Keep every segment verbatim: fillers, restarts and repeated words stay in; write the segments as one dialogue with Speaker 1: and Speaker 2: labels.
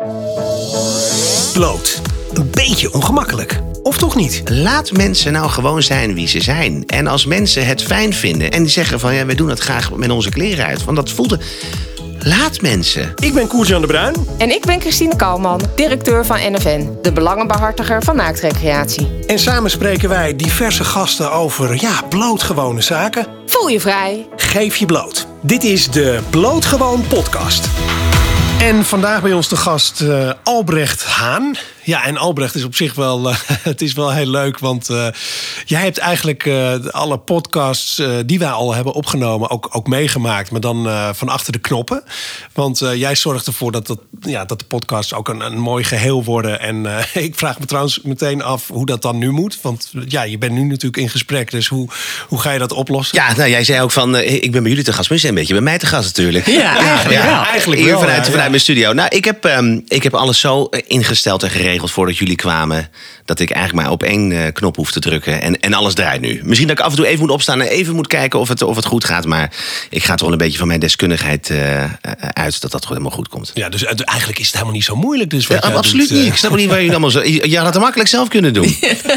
Speaker 1: Bloot. Een beetje ongemakkelijk. Of toch niet?
Speaker 2: Laat mensen nou gewoon zijn wie ze zijn. En als mensen het fijn vinden en die zeggen van ja, wij doen het graag met onze kleren uit. Want dat voelt er... Laat mensen.
Speaker 1: Ik ben Koert-Jan de Bruin.
Speaker 3: En ik ben Christine Kouwman, directeur van N F N. De belangenbehartiger van naaktrecreatie.
Speaker 1: En samen spreken wij diverse gasten over, ja, blootgewone zaken.
Speaker 3: Voel je vrij.
Speaker 1: Geef je bloot. Dit is de Blootgewoon podcast. En vandaag bij ons de gast uh, Albrecht Haan. Ja, en Albrecht is op zich wel, uh, het is wel heel leuk, want uh, jij hebt eigenlijk uh, alle podcasts uh, die wij al hebben opgenomen ook, ook meegemaakt, maar dan uh, van achter de knoppen. Want uh, jij zorgt ervoor dat, dat, ja, dat de podcasts ook een, een mooi geheel worden. En uh, ik vraag me trouwens meteen af hoe dat dan nu moet. Want ja, je bent nu natuurlijk in gesprek, dus hoe, hoe ga je dat oplossen?
Speaker 2: Ja, nou, jij zei ook van, uh, ik ben bij jullie te gast, maar je bent een beetje bij mij te gast natuurlijk.
Speaker 1: Ja, eigenlijk
Speaker 2: ja,
Speaker 1: wel.
Speaker 2: Ja,
Speaker 1: eigenlijk
Speaker 2: hier
Speaker 1: wel,
Speaker 2: vanuit,
Speaker 1: ja,
Speaker 2: vanuit
Speaker 1: ja.
Speaker 2: mijn studio. Nou, ik heb, um, ik heb alles zo ingesteld en geregeld voordat jullie kwamen, dat ik eigenlijk maar op één uh, knop hoef te drukken en, en alles draait nu. Misschien dat ik af en toe even moet opstaan en even moet kijken of het, of het goed gaat, maar ik ga toch wel een beetje van mijn deskundigheid uh, uit dat dat gewoon helemaal goed komt.
Speaker 1: Ja, dus eigenlijk is het helemaal niet zo moeilijk. Dus wat
Speaker 2: Ja,
Speaker 1: jij
Speaker 2: absoluut
Speaker 1: doet,
Speaker 2: niet.
Speaker 1: uh...
Speaker 2: Ik snap niet waar jullie allemaal zo... Je had het makkelijk zelf kunnen doen.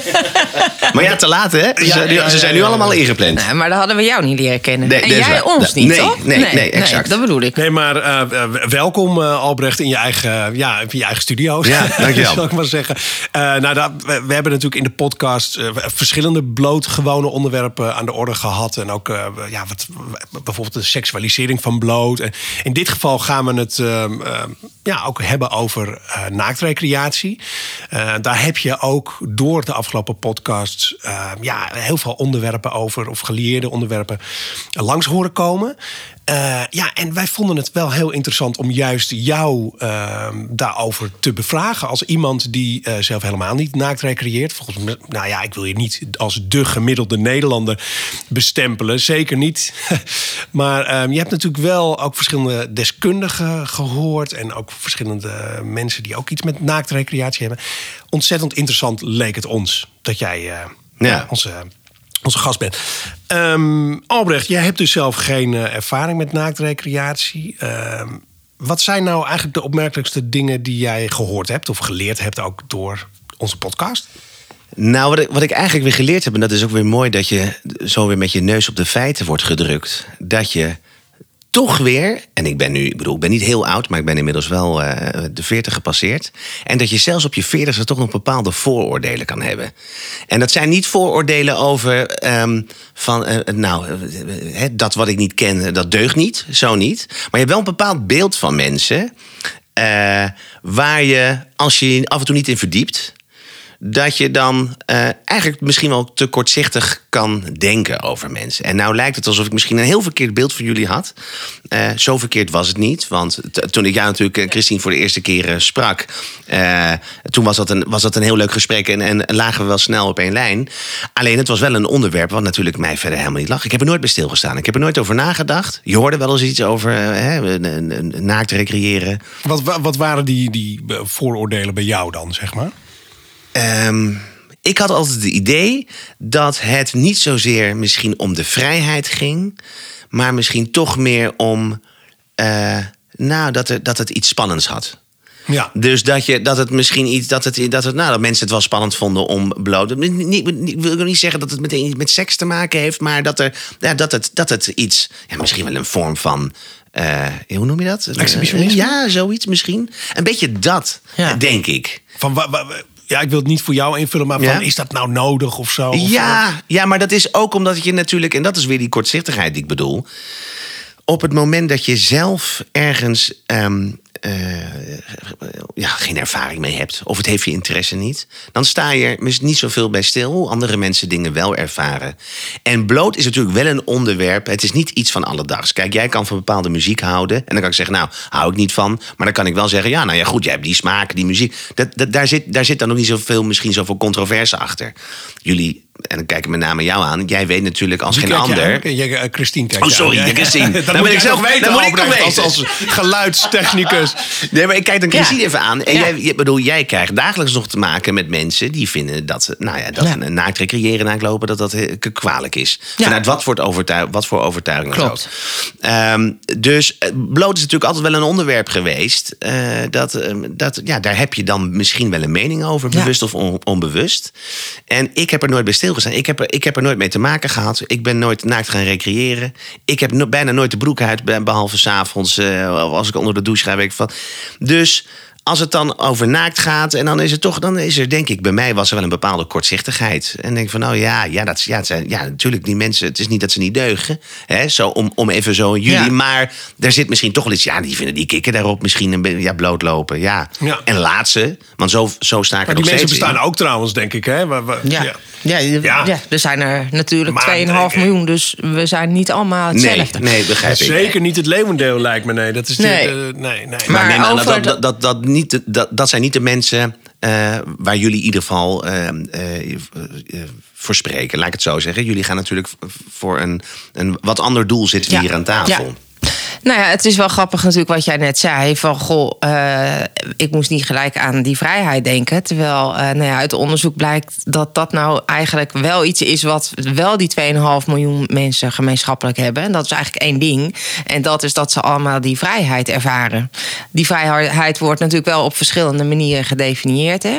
Speaker 2: Maar ja, te laat, hè? Ze,
Speaker 1: Ja, ja, ja,
Speaker 2: ze zijn nu
Speaker 1: ja, ja.
Speaker 2: allemaal ingepland.
Speaker 4: Nee, maar dan hadden we jou niet leren kennen.
Speaker 2: Nee,
Speaker 4: en
Speaker 2: dat is
Speaker 4: jij
Speaker 2: waar.
Speaker 4: ons
Speaker 2: Da-
Speaker 4: niet,
Speaker 2: nee,
Speaker 4: toch?
Speaker 2: nee, nee, exact.
Speaker 4: dat bedoel ik.
Speaker 1: Nee, maar uh, uh, welkom uh, Albrecht in je eigen, ja, in je eigen studio.
Speaker 2: Ja, dankjewel.
Speaker 1: Zal ik maar zeggen. Uh, nou, dat, we, we hebben natuurlijk in de podcast uh, verschillende blootgewone onderwerpen aan de orde gehad. En ook uh, ja, wat, bijvoorbeeld de seksualisering van bloot. En in dit geval gaan we het uh, uh, ja, ook hebben over uh, naaktrecreatie. Uh, daar heb je ook door de afgelopen podcasts uh, ja, heel veel onderwerpen over, of gelieerde onderwerpen, uh, langs horen komen. Uh, ja, en wij vonden het wel heel interessant om juist jou uh, daarover te bevragen. Als iemand die uh, zelf helemaal niet naakt recreëert. Volgens mij, nou ja, ik wil je niet als de gemiddelde Nederlander bestempelen. Zeker niet. Maar uh, je hebt natuurlijk wel ook verschillende deskundigen gehoord. En ook verschillende mensen die ook iets met naaktrecreatie hebben. Ontzettend interessant leek het ons dat jij uh,
Speaker 2: Ja.
Speaker 1: ja, onze... onze gast bent. Um, Albrecht, jij hebt dus zelf geen uh, ervaring met naaktrecreatie. Um, wat zijn nou eigenlijk de opmerkelijkste dingen die jij gehoord hebt of geleerd hebt ook door onze podcast?
Speaker 2: Nou, wat ik, wat ik eigenlijk weer geleerd heb, en dat is ook weer mooi dat je zo weer met je neus op de feiten wordt gedrukt. Dat je toch weer, en ik ben nu, ik bedoel, ik ben niet heel oud, maar ik ben inmiddels wel uh, de veertig gepasseerd. En dat je zelfs op je veertigste toch nog bepaalde vooroordelen kan hebben. En dat zijn niet vooroordelen over um, van, uh, nou, uh, dat wat ik niet ken, dat deugt niet, zo niet. Maar je hebt wel een bepaald beeld van mensen, uh, waar je, als je je af en toe niet in verdiept, dat je dan uh, eigenlijk misschien wel te kortzichtig kan denken over mensen. En nou lijkt het alsof ik misschien een heel verkeerd beeld van jullie had. Uh, zo verkeerd was het niet. Want t- toen ik jou natuurlijk, uh, Christine, voor de eerste keer uh, sprak, Uh, toen was dat, een, was dat een heel leuk gesprek en, en lagen we wel snel op één lijn. Alleen het was wel een onderwerp wat natuurlijk mij verder helemaal niet lag. Ik heb er nooit bij stilgestaan. Ik heb er nooit over nagedacht. Je hoorde wel eens iets over uh, hè, naakt recreëren.
Speaker 1: Wat, wat waren die, die vooroordelen bij jou dan, zeg maar?
Speaker 2: Um, ik had altijd het idee dat het niet zozeer misschien om de vrijheid ging, maar misschien toch meer om uh, nou, dat, er, dat het iets spannends had.
Speaker 1: Ja.
Speaker 2: Dus dat, je, dat het misschien iets, dat, het, dat, het, nou, dat mensen het wel spannend vonden om bloot. Niet, niet, niet, wil ik niet zeggen dat het meteen iets met seks te maken heeft, maar dat, er, ja, dat, het, dat het iets, ja, misschien wel een vorm van, Uh, hoe noem je dat?
Speaker 1: Exhibitionisme?
Speaker 2: Ja, zoiets misschien. Een beetje dat, ja. denk ik.
Speaker 1: Van wa, wa, ja, ik wil het niet voor jou invullen, maar van,
Speaker 2: ja?
Speaker 1: is dat nou nodig of zo? Of,
Speaker 2: ja,
Speaker 1: of?
Speaker 2: ja, maar dat is ook omdat je natuurlijk, en dat is weer die kortzichtigheid die ik bedoel, op het moment dat je zelf ergens um, uh, ja, geen ervaring mee hebt, of het heeft je interesse niet, dan sta je er niet zoveel bij stil hoe andere mensen dingen wel ervaren. En bloot is natuurlijk wel een onderwerp. Het is niet iets van alledags. Kijk, jij kan van bepaalde muziek houden, en dan kan ik zeggen, nou, hou ik niet van. Maar dan kan ik wel zeggen, ja, nou ja, goed, jij hebt die smaak, die muziek. Dat, dat, daar, zit, daar zit dan nog niet zoveel, misschien zoveel controverse achter. Jullie, en dan kijk ik met name jou aan. Jij weet natuurlijk als
Speaker 1: Wie
Speaker 2: geen ander.
Speaker 1: Jij, jij, Christine kijkt.
Speaker 2: Oh, sorry,
Speaker 1: aan.
Speaker 2: Christine.
Speaker 1: Dan
Speaker 2: dan
Speaker 1: moet
Speaker 2: ben
Speaker 1: ik
Speaker 2: ik
Speaker 1: zelf
Speaker 2: zelf
Speaker 1: weten,
Speaker 2: dan moet ik nog
Speaker 1: Albrecht,
Speaker 2: weten.
Speaker 1: als, als geluidstechnicus. Dus,
Speaker 2: nee, maar ik kijk dan Christine
Speaker 4: Ja.
Speaker 2: even aan. En
Speaker 4: Ja.
Speaker 2: jij, je, bedoel, jij krijgt dagelijks nog te maken met mensen die vinden dat, nou ja, dat
Speaker 4: Ja.
Speaker 2: een naakt recreëren, naakt lopen, dat dat eh, kwalijk is.
Speaker 4: Ja.
Speaker 2: Vanuit wat voor, overtuig, wat voor overtuiging dan
Speaker 4: Klopt.
Speaker 2: ook. Um, dus eh, bloot is natuurlijk altijd wel een onderwerp geweest. Uh, dat, um, dat, ja, daar heb je dan misschien wel een mening over,
Speaker 4: Ja.
Speaker 2: bewust of on, onbewust. En ik heb er nooit bij stilgestaan. Ik heb, er, ik heb er nooit mee te maken gehad. Ik ben nooit naakt gaan recreëren. Ik heb no, bijna nooit de broek uit, behalve 's avonds, uh, als ik onder de douche ga. Weet ik van. Dus als het dan over naakt gaat, en dan is het toch, dan is er, denk ik, bij mij was er wel een bepaalde kortzichtigheid. En denk ik van, nou ja, ja, dat, ja, het zijn, ja, natuurlijk, die mensen, het is niet dat ze niet deugen. Hè, zo, om, om even zo jullie,
Speaker 4: Ja.
Speaker 2: maar er zit misschien toch wel iets, ja, die vinden die kikken daarop misschien een beetje, ja, blootlopen. Ja.
Speaker 1: Ja.
Speaker 2: En laat ze, want zo, zo sta ik er
Speaker 1: maar
Speaker 2: nog
Speaker 1: die mensen
Speaker 2: steeds
Speaker 1: bestaan
Speaker 2: in.
Speaker 1: ook trouwens, denk ik. Hè? We- we-
Speaker 4: Ja. Ja. Ja,
Speaker 1: Ja.
Speaker 4: ja, er zijn er natuurlijk
Speaker 1: Maar,
Speaker 4: twee komma vijf
Speaker 1: eh,
Speaker 4: miljoen, dus we zijn niet allemaal
Speaker 2: Nee,
Speaker 4: hetzelfde.
Speaker 2: nee, begrijp ik.
Speaker 1: Zeker niet het leeuwendeel, lijkt me. Nee, dat is de-
Speaker 4: Nee.
Speaker 1: de- nee, nee.
Speaker 2: Maar,
Speaker 4: Maar
Speaker 2: neem aan
Speaker 4: over
Speaker 2: dat,
Speaker 4: de-
Speaker 2: dat, dat, dat, niet, de- dat, dat zijn niet de mensen uh, waar jullie in ieder geval uh, uh, uh, voor spreken, laat ik het zo zeggen. Jullie gaan natuurlijk voor een, een wat ander doel zitten
Speaker 4: Ja.
Speaker 2: hier aan tafel.
Speaker 4: Ja. Nou ja, het is wel grappig natuurlijk wat jij net zei. Van goh, uh, ik moest niet gelijk aan die vrijheid denken. Terwijl uh, nou ja, uit onderzoek blijkt dat dat nou eigenlijk wel iets is wat wel die twee komma vijf miljoen mensen gemeenschappelijk hebben. En dat is eigenlijk één ding. En dat is dat ze allemaal die vrijheid ervaren. Die vrijheid wordt natuurlijk wel op verschillende manieren gedefinieerd. Hè?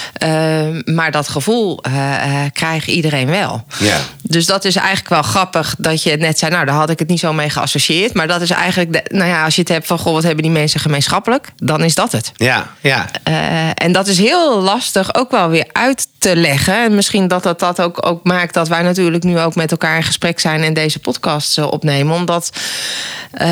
Speaker 4: Uh, maar dat gevoel uh, uh, krijgt iedereen wel.
Speaker 2: Ja.
Speaker 4: Dus dat is eigenlijk wel grappig dat je net zei, nou, daar had ik het niet zo mee geassocieerd. Maar dat is eigenlijk, de, nou ja, als je het hebt van, goh, wat hebben die mensen gemeenschappelijk? Dan is dat het.
Speaker 2: Ja, ja.
Speaker 4: Uh, en dat is heel lastig ook wel weer uit te leggen. En misschien dat dat, dat ook, ook maakt dat wij natuurlijk nu ook met elkaar in gesprek zijn en deze podcast uh, opnemen. Omdat uh,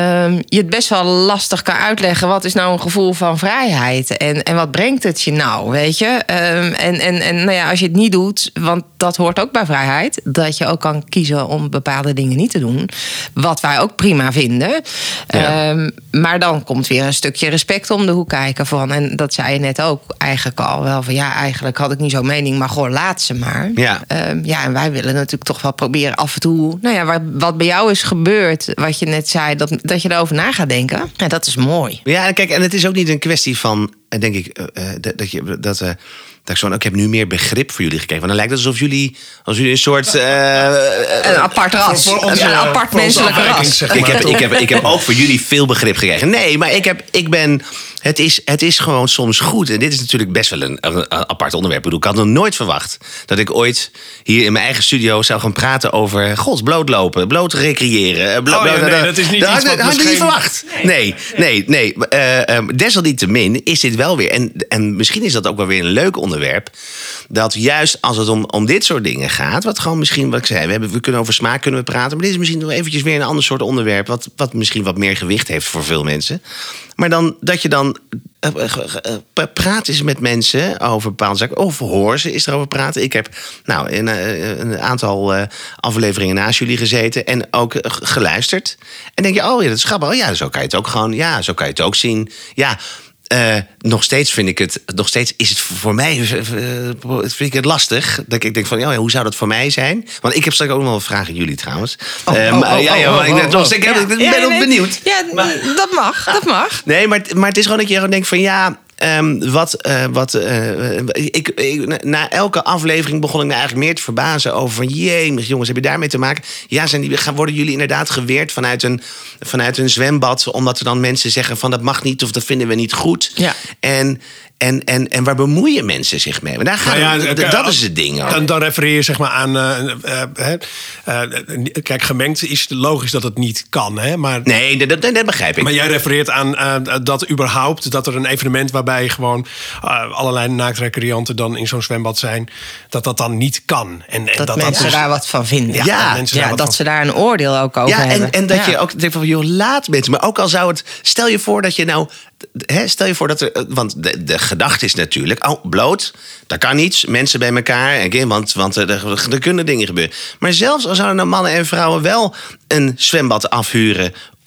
Speaker 4: je het best wel lastig kan uitleggen. Wat is nou een gevoel van vrijheid? En, en wat brengt het je nou, weet je? Um, en en, en nou ja, als je het niet doet, want dat hoort ook bij vrijheid, dat je ook kan kiezen om bepaalde dingen niet te doen. Wat wij ook prima vinden.
Speaker 2: Ja.
Speaker 4: Um, maar dan komt weer een stukje respect om de hoek kijken van. En dat zei je net ook eigenlijk al wel van, ja, eigenlijk had ik niet zo'n mening, maar gewoon laat ze maar.
Speaker 2: Ja.
Speaker 4: Um, ja, en wij willen natuurlijk toch wel proberen af en toe, nou ja, wat, wat bij jou is gebeurd, wat je net zei, dat, dat je erover na gaat denken. Ja, dat is mooi.
Speaker 2: Ja, kijk, en het is ook niet een kwestie van, denk ik, uh, dat, dat je dat. Uh, Dat ik, zo, ik heb nu meer begrip voor jullie gekregen. Want dan lijkt het alsof jullie, als jullie een soort Uh,
Speaker 4: een apart ras.
Speaker 1: voor onze-
Speaker 4: een apart
Speaker 1: voor onze
Speaker 4: menselijk
Speaker 1: afwijking,
Speaker 4: ras.
Speaker 1: zeg maar.
Speaker 2: ik, heb, ik, heb, ik heb ook voor jullie veel begrip gekregen. Nee, maar ik, heb, ik ben. Het is, het is gewoon soms goed. En dit is natuurlijk best wel een, een, een apart onderwerp. Ik, bedoel, ik had nog nooit verwacht dat ik ooit hier in mijn eigen studio zou gaan praten over gods blootlopen, bloot recreëren. Blo
Speaker 1: Oh ja,
Speaker 2: bloot,
Speaker 1: nee, dat is niet
Speaker 2: dat
Speaker 1: iets
Speaker 2: had,
Speaker 1: wat
Speaker 2: had ik niet
Speaker 1: misschien-
Speaker 2: verwacht. Nee, nee, nee. Uh, um, desalniettemin is dit wel weer. En, en misschien is dat ook wel weer een leuk onderwerp. Dat juist als het om, om dit soort dingen gaat, wat gewoon misschien, wat ik zei, we, hebben, we kunnen over smaak kunnen we praten, maar dit is misschien nog eventjes weer een ander soort onderwerp, wat, wat misschien wat meer gewicht heeft voor veel mensen. Maar dan dat je dan uh, uh, uh, praat eens met mensen over bepaalde zaken, of hoor ze eens erover praten. Ik heb nou in, uh, een aantal uh, afleveringen naast jullie gezeten en ook uh, geluisterd. En denk je, oh ja, dat is grappig. Oh ja, zo kan je het ook gewoon, ja, zo kan je het ook zien. Ja. Uh, nog steeds vind ik het, nog steeds is het voor mij uh, vind ik het lastig. Dat ik denk van, ja, hoe zou dat voor mij zijn? Want ik heb straks ook nog wel een vraag aan jullie trouwens.
Speaker 4: Oh,
Speaker 2: uh,
Speaker 4: oh,
Speaker 2: maar,
Speaker 4: oh,
Speaker 2: ja, ja,
Speaker 4: oh,
Speaker 2: maar
Speaker 4: oh,
Speaker 2: ik,
Speaker 4: oh,
Speaker 2: ik,
Speaker 4: oh.
Speaker 2: heb, ik ben
Speaker 4: Ja,
Speaker 2: ook
Speaker 4: nee,
Speaker 2: benieuwd.
Speaker 4: Ja,
Speaker 2: maar,
Speaker 4: dat mag, dat mag.
Speaker 2: Nee, maar, maar het is gewoon dat je gewoon denkt van ja. Um, wat, uh, wat uh, ik, ik, na elke aflevering begon ik me eigenlijk meer te verbazen over van jee, jongens, heb je daarmee te maken? Ja, zijn die, gaan, worden jullie inderdaad geweerd vanuit een, vanuit een zwembad, omdat er dan mensen zeggen van dat mag niet of dat vinden we niet goed.
Speaker 4: Ja.
Speaker 2: En En, en, en waar bemoeien mensen zich mee? Maar daar gaan
Speaker 1: Nou ja,
Speaker 2: we,
Speaker 1: kijk,
Speaker 2: dat is het ding ook.
Speaker 1: Dan, dan refereer je zeg maar aan Uh, uh, uh, uh, kijk, gemengd is het logisch dat het niet kan. Hè? Maar,
Speaker 2: nee, dat, dat, dat begrijp ik.
Speaker 1: Maar jij refereert aan uh, dat überhaupt, dat er een evenement waarbij gewoon uh, allerlei naaktrecreanten dan in zo'n zwembad zijn, dat dat dan niet kan. En, en
Speaker 4: dat,
Speaker 1: dat
Speaker 4: mensen
Speaker 1: dus,
Speaker 4: daar wat van vinden.
Speaker 2: Ja,
Speaker 1: dat,
Speaker 2: ja,
Speaker 1: mensen
Speaker 4: ja,
Speaker 1: daar wat
Speaker 4: dat
Speaker 1: van-
Speaker 4: ze daar een oordeel ook over
Speaker 2: Ja, en,
Speaker 4: hebben.
Speaker 2: en dat
Speaker 4: Ja.
Speaker 2: je ook denkt van, joh, laat mensen. Maar ook al zou het, stel je voor dat je nou, hè, stel je voor dat er, want de, de gedachte is natuurlijk, oh, bloot, dat kan niets, mensen bij elkaar, okay, want, want er, er kunnen dingen gebeuren. Maar zelfs al zouden nou mannen en vrouwen wel een zwembad afhuren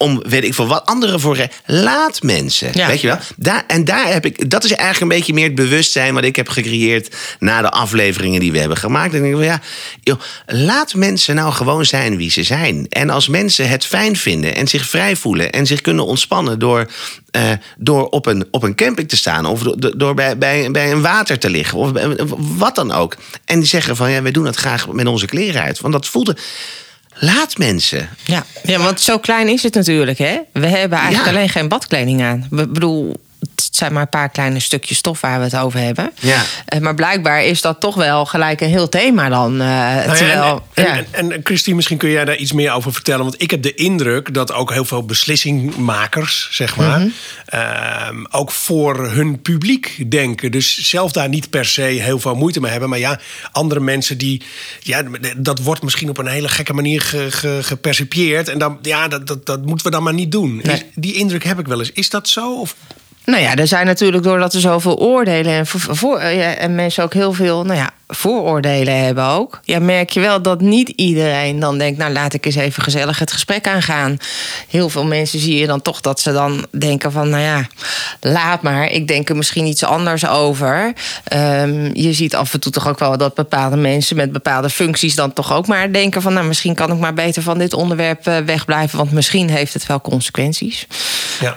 Speaker 2: om, weet ik veel wat, anderen voor... Re- Laat mensen,
Speaker 4: Ja.
Speaker 2: weet je wel. Daar, en daar heb ik, dat is eigenlijk een beetje meer het bewustzijn... wat ik heb gecreëerd na de afleveringen die we hebben gemaakt. En ik denk van ja, joh, laat mensen nou gewoon zijn wie ze zijn. En als mensen het fijn vinden en zich vrij voelen... en zich kunnen ontspannen door, uh, door op, een, op een camping te staan... of door, door bij, bij, bij een water te liggen, of bij, wat dan ook. En die zeggen van ja, wij doen dat graag met onze kleren uit. Want dat voelde... Laat mensen.
Speaker 4: Ja. ja, want zo klein is het natuurlijk, hè? We hebben eigenlijk
Speaker 2: Ja.
Speaker 4: alleen geen badkleding aan. Ik bedoel, het zijn maar een paar kleine stukjes stof waar we het over hebben.
Speaker 2: Ja.
Speaker 4: Uh, maar blijkbaar is dat toch wel gelijk een heel thema dan. Uh,
Speaker 1: Nou ja,
Speaker 4: terwijl,
Speaker 1: en,
Speaker 4: ja.
Speaker 1: en, en, en Christine, misschien kun jij daar iets meer over vertellen. Want ik heb de indruk dat ook heel veel beslissingmakers, zeg maar...
Speaker 4: Mm-hmm.
Speaker 1: um, ook voor hun publiek denken. Dus zelf daar niet per se heel veel moeite mee hebben. Maar ja, andere mensen die... Ja, dat wordt misschien op een hele gekke manier ge, ge, gepercipieerd. En dan, ja, dat, dat, dat moeten we dan maar niet doen.
Speaker 4: Nee.
Speaker 1: Is, die indruk heb ik wel eens. Is dat zo? Of...
Speaker 4: Nou ja, er zijn natuurlijk doordat er zoveel oordelen en, voor, voor, ja, en mensen ook heel veel nou ja, vooroordelen hebben ook. Ja, merk je wel dat niet iedereen dan denkt, nou laat ik eens even gezellig het gesprek aangaan. Heel veel mensen zie je dan toch dat ze dan denken van, nou ja, laat maar. Ik denk er misschien iets anders over. Um, je ziet af en toe toch ook wel dat bepaalde mensen met bepaalde functies dan toch ook maar denken van, nou misschien kan ik maar beter van dit onderwerp uh, wegblijven, want misschien heeft het wel consequenties.
Speaker 1: Ja.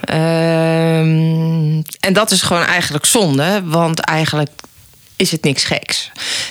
Speaker 4: Um, En dat is gewoon eigenlijk zonde, want eigenlijk is het niks geks.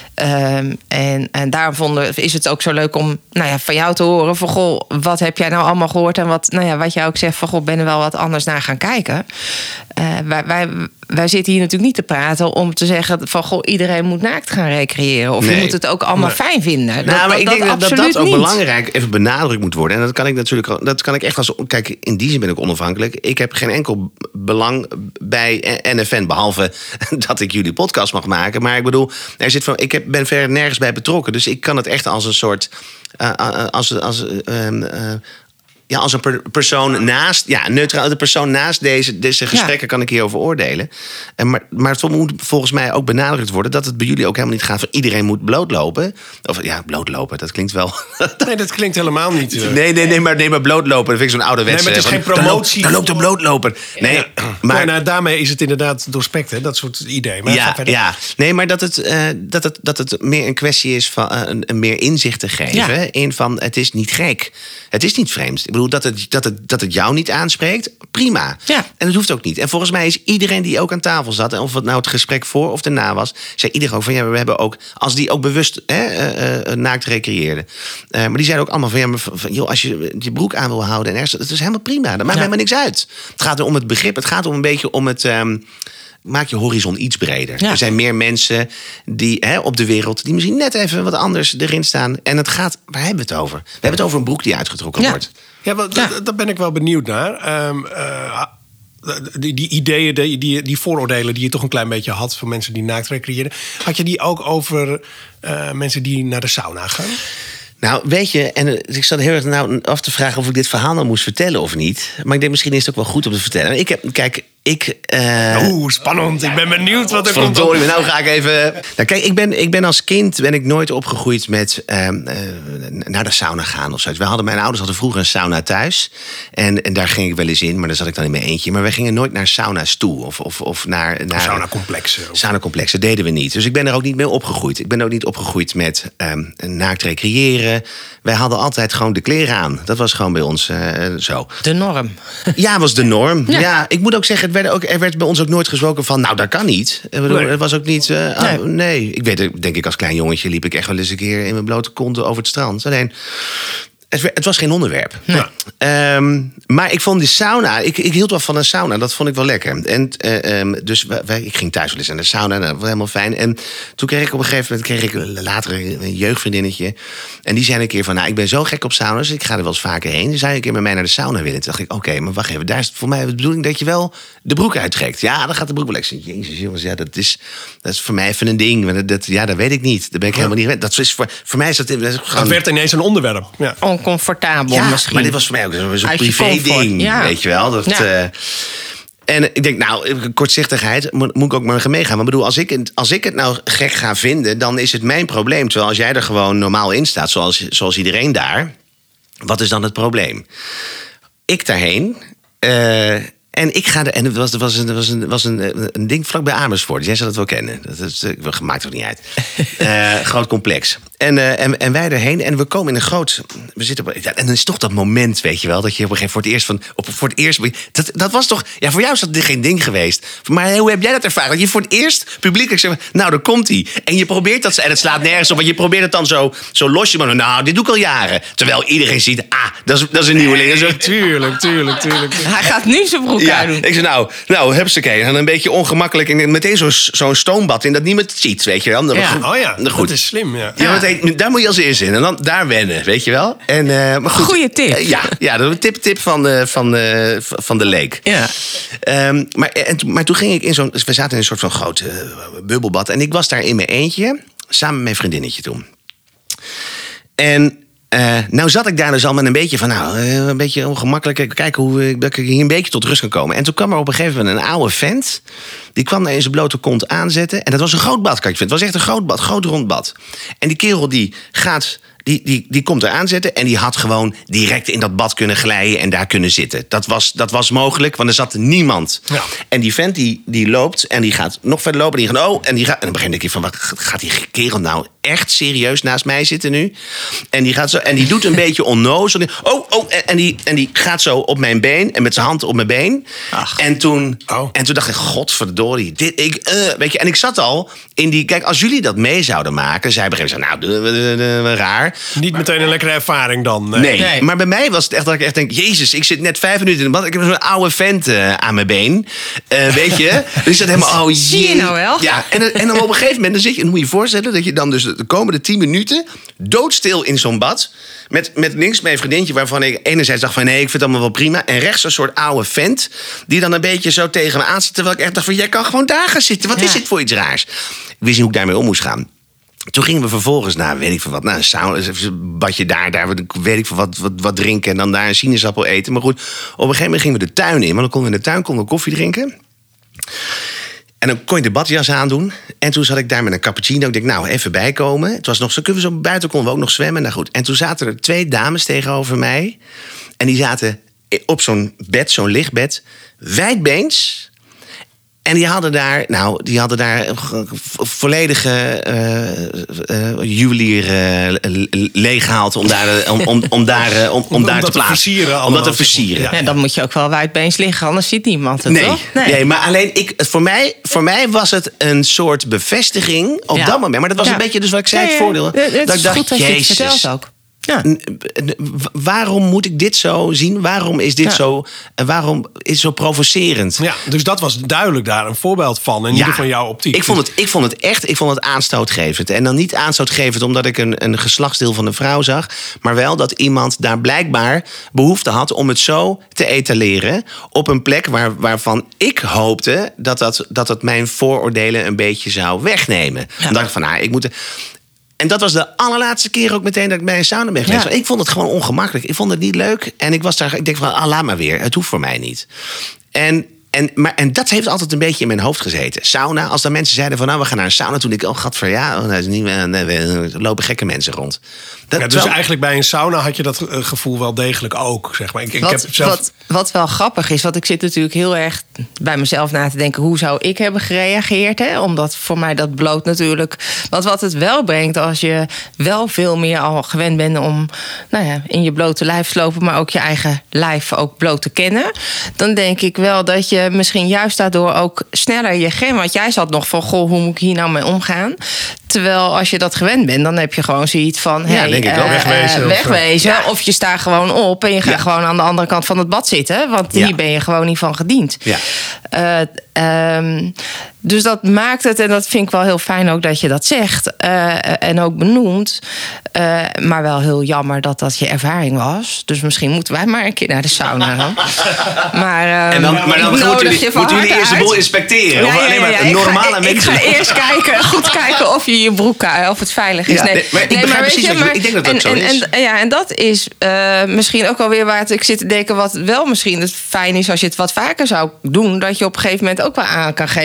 Speaker 4: Um, en, en daarom vonden, is het ook zo leuk om nou ja, van jou te horen... van goh, wat heb jij nou allemaal gehoord... en wat, nou ja, wat jij ook zegt van goh, ben er wel wat anders naar gaan kijken. Uh, wij, wij, wij zitten hier natuurlijk niet te praten om te zeggen... van goh, iedereen moet naakt gaan recreëren... of
Speaker 2: Nee.
Speaker 4: je moet het ook allemaal
Speaker 1: Nee.
Speaker 4: fijn vinden.
Speaker 2: Nou,
Speaker 4: dat,
Speaker 2: maar
Speaker 4: dat,
Speaker 2: ik denk dat dat,
Speaker 4: absoluut
Speaker 2: dat ook
Speaker 4: niet.
Speaker 2: belangrijk even benadrukt moet worden. En dat kan ik natuurlijk, dat kan ik echt als... Kijk, in die zin ben ik onafhankelijk. Ik heb geen enkel belang bij N F N... behalve dat ik jullie podcast mag maken. Maar ik bedoel, er zit van, ik heb, ben verder nergens bij betrokken. Dus ik kan het echt als een soort... Uh, als, als, uh, uh, ja, als een per, persoon naast... Ja, neutraal, de persoon naast deze, deze gesprekken ja. kan ik hierover oordelen. En maar, maar het moet volgens mij ook benadrukt worden... dat het bij jullie ook helemaal niet gaat van iedereen moet blootlopen. Of ja, blootlopen, dat klinkt wel...
Speaker 1: Nee, dat klinkt helemaal niet... Uh...
Speaker 2: Nee, nee, nee, maar, nee, maar blootlopen, dat vind ik zo'n ouderwetse...
Speaker 1: Nee, maar het is geen promotie.
Speaker 2: Dan loopt, dan loopt een blootloper. Nee,
Speaker 1: ja.
Speaker 2: maar...
Speaker 1: Nee, nou, daarmee is het inderdaad doorspekt, hè? Dat soort ideeën. Maar
Speaker 2: ja, ja, nee, maar dat het, uh, dat, het, dat het meer een kwestie is van uh, een, een meer inzicht te geven. Ja. In van, het is niet gek. Het is niet vreemd. Ik bedoel, dat het, dat het, dat het jou niet aanspreekt, prima.
Speaker 4: Ja.
Speaker 2: En dat hoeft ook niet. En volgens mij is iedereen die ook aan tafel zat... en of het nou het gesprek voor of daarna was... zei iedereen ook van, ja, we hebben ook... als die ook bewust hè, uh, uh, naakt recreëerden. Uh, maar die zeiden ook allemaal van, ja, maar van, joh, als je je broek aan wil houden... en ergens, dat is helemaal prima. Dat maakt ja. helemaal niks uit. Het gaat er om het begrip. Het gaat om een beetje om het... Um, maak je horizon iets breder. Ja. Er zijn meer mensen die hè, op de wereld... die misschien net even wat anders erin staan. En het gaat... Waar hebben we het over? We hebben het over een broek die uitgetrokken
Speaker 4: ja.
Speaker 2: wordt.
Speaker 1: Ja, wel, ja. daar ben ik wel benieuwd naar. Um, uh, die, die ideeën, die, die, die vooroordelen die je toch een klein beetje had... van mensen die naakt recreëren. Had je die ook over uh, mensen die naar de sauna gaan?
Speaker 2: Nou, weet je, en ik zat heel erg nou af te vragen... of ik dit verhaal nou moest vertellen of niet. Maar ik denk, misschien is het ook wel goed om te vertellen. Ik heb, kijk... Ik, uh...
Speaker 1: Oeh, spannend. Ik ben benieuwd wat er komt.
Speaker 2: Verdorie, nou ga ik even... Nou, kijk, ik ben, ik ben als kind ben ik nooit opgegroeid met uh, uh, naar de sauna gaan of zoiets. We hadden, mijn ouders hadden vroeger een sauna thuis. En, en daar ging ik wel eens in, maar daar zat ik dan in mijn eentje. Maar wij gingen nooit naar sauna's toe. Of, of, of naar... naar
Speaker 1: saunacomplexen.
Speaker 2: Saunacomplexen deden we niet. Dus ik ben er ook niet mee opgegroeid. Ik ben ook niet opgegroeid met um, naakt recreëren. Wij hadden altijd gewoon de kleren aan. Dat was gewoon bij ons uh, zo.
Speaker 4: De norm.
Speaker 2: Ja, was de norm. Ja,
Speaker 4: ja
Speaker 2: ik moet ook zeggen... Er, ook, er werd bij ons ook nooit gesproken van, nou, dat kan niet. Ik bedoel,
Speaker 1: nee.
Speaker 2: Het was ook niet... Uh,
Speaker 4: nee.
Speaker 2: Oh, nee, ik weet, denk ik, als klein jongetje liep ik echt wel eens een keer in mijn blote kont over het strand. Alleen, het, het was geen onderwerp. Nee. Um, maar ik vond die sauna, ik, ik hield wel van een sauna, dat vond ik wel lekker. En uh, um, dus wij, ik ging thuis wel eens aan de sauna, dat was helemaal fijn. En toen kreeg ik op een gegeven moment, kreeg ik later een jeugdvriendinnetje. En die zei een keer van, nou, ik ben zo gek op sauna's, ik ga er wel eens vaker heen. Dus zei een keer met mij naar de sauna willen. Toen dacht ik, oké, okay, maar wacht even, daar is voor mij de bedoeling dat je wel de broek uittrekt. Ja, dan gaat de broek wel lekker. Jezus, jongens, ja, dat is, dat is voor mij even een ding. Dat, dat, ja, dat weet ik niet. Dat ben ik ja. helemaal niet gewend. Dat is voor, voor mij is dat... dat is gewoon...
Speaker 1: Het werd ineens een onderwerp. Ja.
Speaker 4: Oncomfortabel
Speaker 2: ja,
Speaker 4: misschien.
Speaker 2: maar dit was voor mij ook zo'n privé ding,
Speaker 4: ja.
Speaker 2: weet je wel. Dat, ja. uh, en ik denk, nou, kortzichtigheid moet, moet ik ook maar meegaan. Maar bedoel, als ik, het, als ik het nou gek ga vinden, dan is het mijn probleem. Terwijl als jij er gewoon normaal in staat, zoals, zoals iedereen daar, wat is dan het probleem? ik daarheen. Uh, en ik ga er. En het was, was, een, was, een, was een, een ding vlak bij Amersfoort. Jij zou dat wel kennen. Dat is, uh, maakt toch niet uit. Uh, groot complex. En, uh, en, en wij erheen. En we komen in een groot. We zitten op, ja, en dan is toch dat moment, weet je wel. Dat je op een gegeven moment voor het eerst van. Op, voor het eerst. Dat, dat was toch. Ja, voor jou is dat geen ding geweest. Maar hoe heb jij dat ervaren? Dat je voor het eerst publiekelijk zegt. Nou, daar komt hij. En je probeert dat. En het slaat nergens op. Want je probeert het dan zo, zo losje. Maar nou, dit doe ik al jaren. Terwijl iedereen ziet. Ah, dat is, dat is een nieuweling. Nee,
Speaker 1: zo, tuurlijk, tuurlijk, tuurlijk.
Speaker 4: Hij gaat nu zijn broek
Speaker 2: ja,
Speaker 4: uitdoen.
Speaker 2: Ik zei, nou, nou, hupsakee. En een beetje ongemakkelijk. En meteen zo'n zo'n stoombad in dat niemand het ziet, weet je wel.
Speaker 1: Ja.
Speaker 2: Goed,
Speaker 1: oh ja,
Speaker 2: goed.
Speaker 1: Dat is slim, ja.
Speaker 2: ja, ja. Daar moet je als eerst in. En dan daar wennen, weet je wel. En, uh, maar goed,
Speaker 4: goeie tip.
Speaker 2: Uh, ja, ja, dat is een tip, tip van, uh, van, uh, van de leek.
Speaker 4: Ja.
Speaker 2: Um, maar, en, maar toen ging ik in zo'n... We zaten in een soort van groot uh, bubbelbad. En ik was daar in mijn eentje. Samen met mijn vriendinnetje toen. En... Uh, nou zat ik daar dus al met een beetje van, nou, uh, een beetje ongemakkelijk. Kijken hoe ik, ik hier een beetje tot rust kan komen. En toen kwam er op een gegeven moment een oude vent. Die kwam daar in zijn blote kont aanzetten. En dat was een groot bad, kan je vinden. Het was echt een groot bad, groot rond bad. En die kerel die gaat, die, die, die komt er aanzetten. En die had gewoon direct in dat bad kunnen glijden en daar kunnen zitten. Dat was, dat was mogelijk, want er zat niemand. Ja. En die vent die, die loopt en die gaat nog verder lopen. En die gaat, oh, en die gaat. En dan begin ik van, wat gaat die kerel nou echt serieus naast mij zitten nu? En die gaat zo, en die doet een beetje onnozel. Oh, oh, en die, en die gaat zo op mijn been en met zijn hand op mijn been. Ach. En toen, oh. en toen dacht ik, godverdorie, dit, ik, uh, weet je, en ik zat al in die, kijk, als jullie dat mee zouden maken, zij begrepen, nou, de, de, de, de, raar.
Speaker 1: Niet maar, meteen een lekkere ervaring dan.
Speaker 2: Nee. Nee, nee, maar bij mij was het echt dat ik echt denk, jezus, ik zit net vijf minuten in de bad, ik heb zo'n oude vent uh, aan mijn been, uh, weet je. Dus ik zat helemaal, oh jee.
Speaker 4: Zie je nou wel?
Speaker 2: Ja, en, en dan op een gegeven moment, dan zit je, dan moet je je voorstellen dat je dan dus de komende tien minuten doodstil in zo'n bad, met, met links mijn vriendinnetje waarvan ik enerzijds dacht van nee, ik vind het allemaal wel prima, en rechts een soort oude vent die dan een beetje zo tegen me aan zit, terwijl ik echt dacht van jij kan gewoon daar gaan zitten. Wat ja. is dit voor iets raars? Ik wist niet hoe ik daarmee om moest gaan. Toen gingen we vervolgens naar, weet ik veel wat, naar een sauna, een badje daar, daar, weet ik veel wat, wat, wat drinken en dan daar een sinaasappel eten. Maar goed, op een gegeven moment gingen we de tuin in, want dan konden we in de tuin konden we koffie drinken. En dan kon je de badjas aandoen. En toen zat ik daar met een cappuccino. Ik dacht, nou, even bijkomen. Het was nog zo, kunnen we zo buiten konden we ook nog zwemmen. Nou goed. En toen zaten er twee dames tegenover mij. En die zaten op zo'n bed, zo'n lichtbed, wijdbeens. En die hadden daar, nou, die hadden daar volledige uh, uh, juwelier uh, leeggehaald om daar, om, om, om daar, uh, om, om, om daar te plaatsen. Om dat te versieren.
Speaker 4: Ja. Ja, dan moet je ook wel wijdbeens liggen, anders ziet niemand het,
Speaker 2: nee,
Speaker 4: toch?
Speaker 2: Nee. nee, maar alleen ik, voor mij, voor mij was het een soort bevestiging op ja. dat moment. Maar dat was ja. een beetje, dus wat ik zei, ja, ja. het voordeel.
Speaker 4: Het
Speaker 2: dat
Speaker 4: is
Speaker 2: ik dacht,
Speaker 4: goed dat je
Speaker 2: Jezus,
Speaker 4: het vertelt ook. Ja.
Speaker 2: Waarom moet ik dit zo zien? Waarom is dit ja. zo? Waarom is het zo provocerend?
Speaker 1: Ja, dus dat was duidelijk daar een voorbeeld van. En niet ja. van jouw optiek.
Speaker 2: Ik vond, het, ik vond het echt, ik vond het aanstootgevend. En dan niet aanstootgevend omdat ik een, een geslachtsdeel van een vrouw zag. Maar wel dat iemand daar blijkbaar behoefte had om het zo te etaleren. Op een plek waar, waarvan ik hoopte dat dat, dat het mijn vooroordelen een beetje zou wegnemen. Ja. Dan dacht ik van, nou, ik moet... En dat was de allerlaatste keer ook meteen dat ik bij een sauna ben geweest. Ja. Ik vond het gewoon ongemakkelijk. Ik vond het niet leuk. En ik was daar, ik denk van, ah, laat maar weer. Het hoeft voor mij niet. En, en, maar, en dat heeft altijd een beetje in mijn hoofd gezeten. Sauna, als dan mensen zeiden van, nou, we gaan naar een sauna. Toen ik, oh, gadver, ja, oh, dat is niet, nee, er lopen gekke mensen rond. Dat,
Speaker 1: ja, dus wel... eigenlijk bij een sauna had je dat gevoel wel degelijk ook, zeg maar. Ik,
Speaker 4: wat,
Speaker 1: ik heb zelf...
Speaker 4: wat, wat wel grappig is, want ik zit natuurlijk heel erg bij mezelf na te denken, hoe zou ik hebben gereageerd? Hè? Omdat voor mij dat bloot natuurlijk... Want wat het wel brengt, als je wel veel meer al gewend bent om nou ja, in je blote lijf te lopen, maar ook je eigen lijf ook bloot te kennen, dan denk ik wel dat je misschien juist daardoor ook sneller je grens... Want jij zat nog van, goh, hoe moet ik hier nou mee omgaan? Terwijl als je dat gewend bent, dan heb je gewoon zoiets van...
Speaker 2: Ja,
Speaker 4: hey,
Speaker 2: denk ik wel.
Speaker 4: Uh,
Speaker 1: wegwezen.
Speaker 4: Uh, wegwezen.
Speaker 1: Ja.
Speaker 4: Of je staat gewoon op en je gaat ja. gewoon aan de andere kant van het bad zitten. Want hier ja. ben je gewoon niet van gediend. Ja. Uh, um, dus dat maakt het, en dat vind ik wel heel fijn ook dat je dat zegt. Uh, en ook benoemt. Uh, maar wel heel jammer dat dat je ervaring was. Dus misschien moeten wij maar een keer naar de sauna dan. maar, um,
Speaker 2: en dan, maar dan moeten jullie, moeten jullie eerst de boel inspecteren? Ja, of alleen maar ja, ja, normale
Speaker 4: ik ga,
Speaker 2: mensen?
Speaker 4: Ik ga eerst kijken, goed kijken of je je broek, of het veilig is.
Speaker 2: Ja,
Speaker 4: nee,
Speaker 2: nee, maar ik
Speaker 4: nee,
Speaker 2: begrijp
Speaker 4: maar
Speaker 2: precies,
Speaker 4: je,
Speaker 2: maar, ik denk dat dat
Speaker 4: en,
Speaker 2: zo
Speaker 4: en,
Speaker 2: is.
Speaker 4: En, ja, en dat is uh, misschien ook wel weer waar het, ik zit te denken, wat wel misschien het fijn is als je het wat vaker zou doen, dat je op een gegeven moment ook wel aan kan geven van, goh,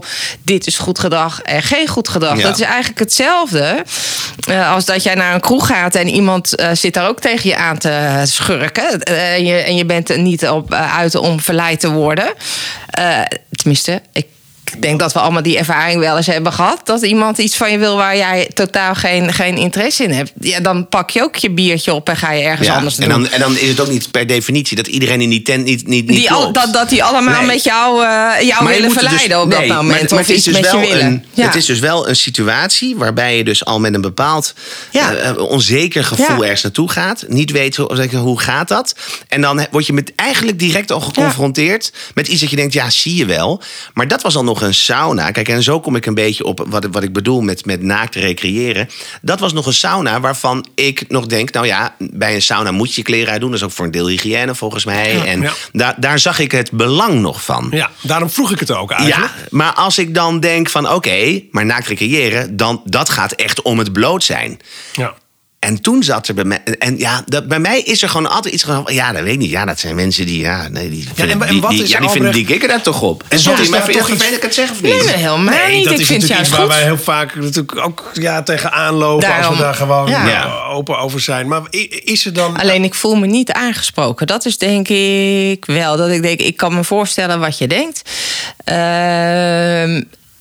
Speaker 4: dit is goed gedrag en geen goed gedrag.
Speaker 2: Ja.
Speaker 4: Dat is eigenlijk hetzelfde uh, als dat jij naar een kroeg gaat en iemand uh, zit daar ook tegen je aan te schurken. Uh, en, je, en je bent er niet op uh, uit om verleid te worden. Uh, tenminste, ik Ik denk dat we allemaal die ervaring wel eens hebben gehad. Dat iemand iets van je wil waar jij totaal geen, geen interesse in hebt. Ja, dan pak je ook je biertje op en ga je ergens
Speaker 2: ja,
Speaker 4: anders doen.
Speaker 2: En dan, en dan is het ook niet per definitie dat iedereen in die tent niet, niet, niet
Speaker 4: die al, dat, dat die allemaal
Speaker 2: nee.
Speaker 4: met jou, uh, jou willen verleiden
Speaker 2: dus,
Speaker 4: op
Speaker 2: nee,
Speaker 4: dat moment.
Speaker 2: Maar, maar
Speaker 4: of
Speaker 2: het, is
Speaker 4: iets
Speaker 2: dus
Speaker 4: met
Speaker 2: wel
Speaker 4: je willen.
Speaker 2: een,
Speaker 4: Ja.
Speaker 2: het is dus wel een situatie waarbij je dus al met een bepaald
Speaker 4: Ja.
Speaker 2: uh, onzeker gevoel
Speaker 4: Ja.
Speaker 2: ergens naartoe gaat. Niet weet hoe, hoe gaat dat. En dan word je met eigenlijk direct al geconfronteerd ja. met iets dat je denkt, ja, zie je wel. Maar dat was al nog een sauna. Kijk, en zo kom ik een beetje op wat, wat ik bedoel met, met naakt recreëren. Dat was nog een sauna waarvan ik nog denk, nou ja, bij een sauna moet je kleren uitdoen. Dat is ook voor een deel hygiëne volgens mij.
Speaker 1: Ja,
Speaker 2: en
Speaker 1: ja.
Speaker 2: daar, daar zag ik het belang nog van.
Speaker 1: Ja, daarom vroeg ik het ook eigenlijk.
Speaker 2: Ja, maar als ik dan denk van oké, okay, maar naakt recreëren, dan dat gaat echt om het bloot zijn.
Speaker 1: Ja.
Speaker 2: En toen zat er bij mij... En ja, dat, bij mij is er gewoon altijd iets van... Ja, dat weet ik niet. Ja, dat zijn mensen die... Ja, nee, die vinden,
Speaker 1: en- en wat
Speaker 2: die, die,
Speaker 1: is
Speaker 2: ja, die,
Speaker 1: Albrecht-
Speaker 2: vinden, die kikken daar toch op. En
Speaker 1: wat
Speaker 2: sorry,
Speaker 1: is
Speaker 2: maar
Speaker 1: daar
Speaker 2: vind je
Speaker 1: toch
Speaker 2: dat
Speaker 1: iets-
Speaker 2: vervelend dat ik het zeg of niet?
Speaker 4: Nee, nee, helemaal
Speaker 1: Nee,
Speaker 4: niet.
Speaker 1: dat
Speaker 4: Ik
Speaker 1: is
Speaker 4: vind het
Speaker 1: natuurlijk
Speaker 4: juist
Speaker 1: iets waar
Speaker 4: goed.
Speaker 1: wij heel vaak natuurlijk ook ja, tegenaan lopen. Als
Speaker 4: Daarom-
Speaker 1: we daar gewoon
Speaker 4: Ja.
Speaker 1: ja, open over zijn. Maar i- is er dan...
Speaker 4: Alleen ik voel me niet aangesproken. Dat is denk ik wel. Dat ik denk, ik kan me voorstellen wat je denkt. Uh,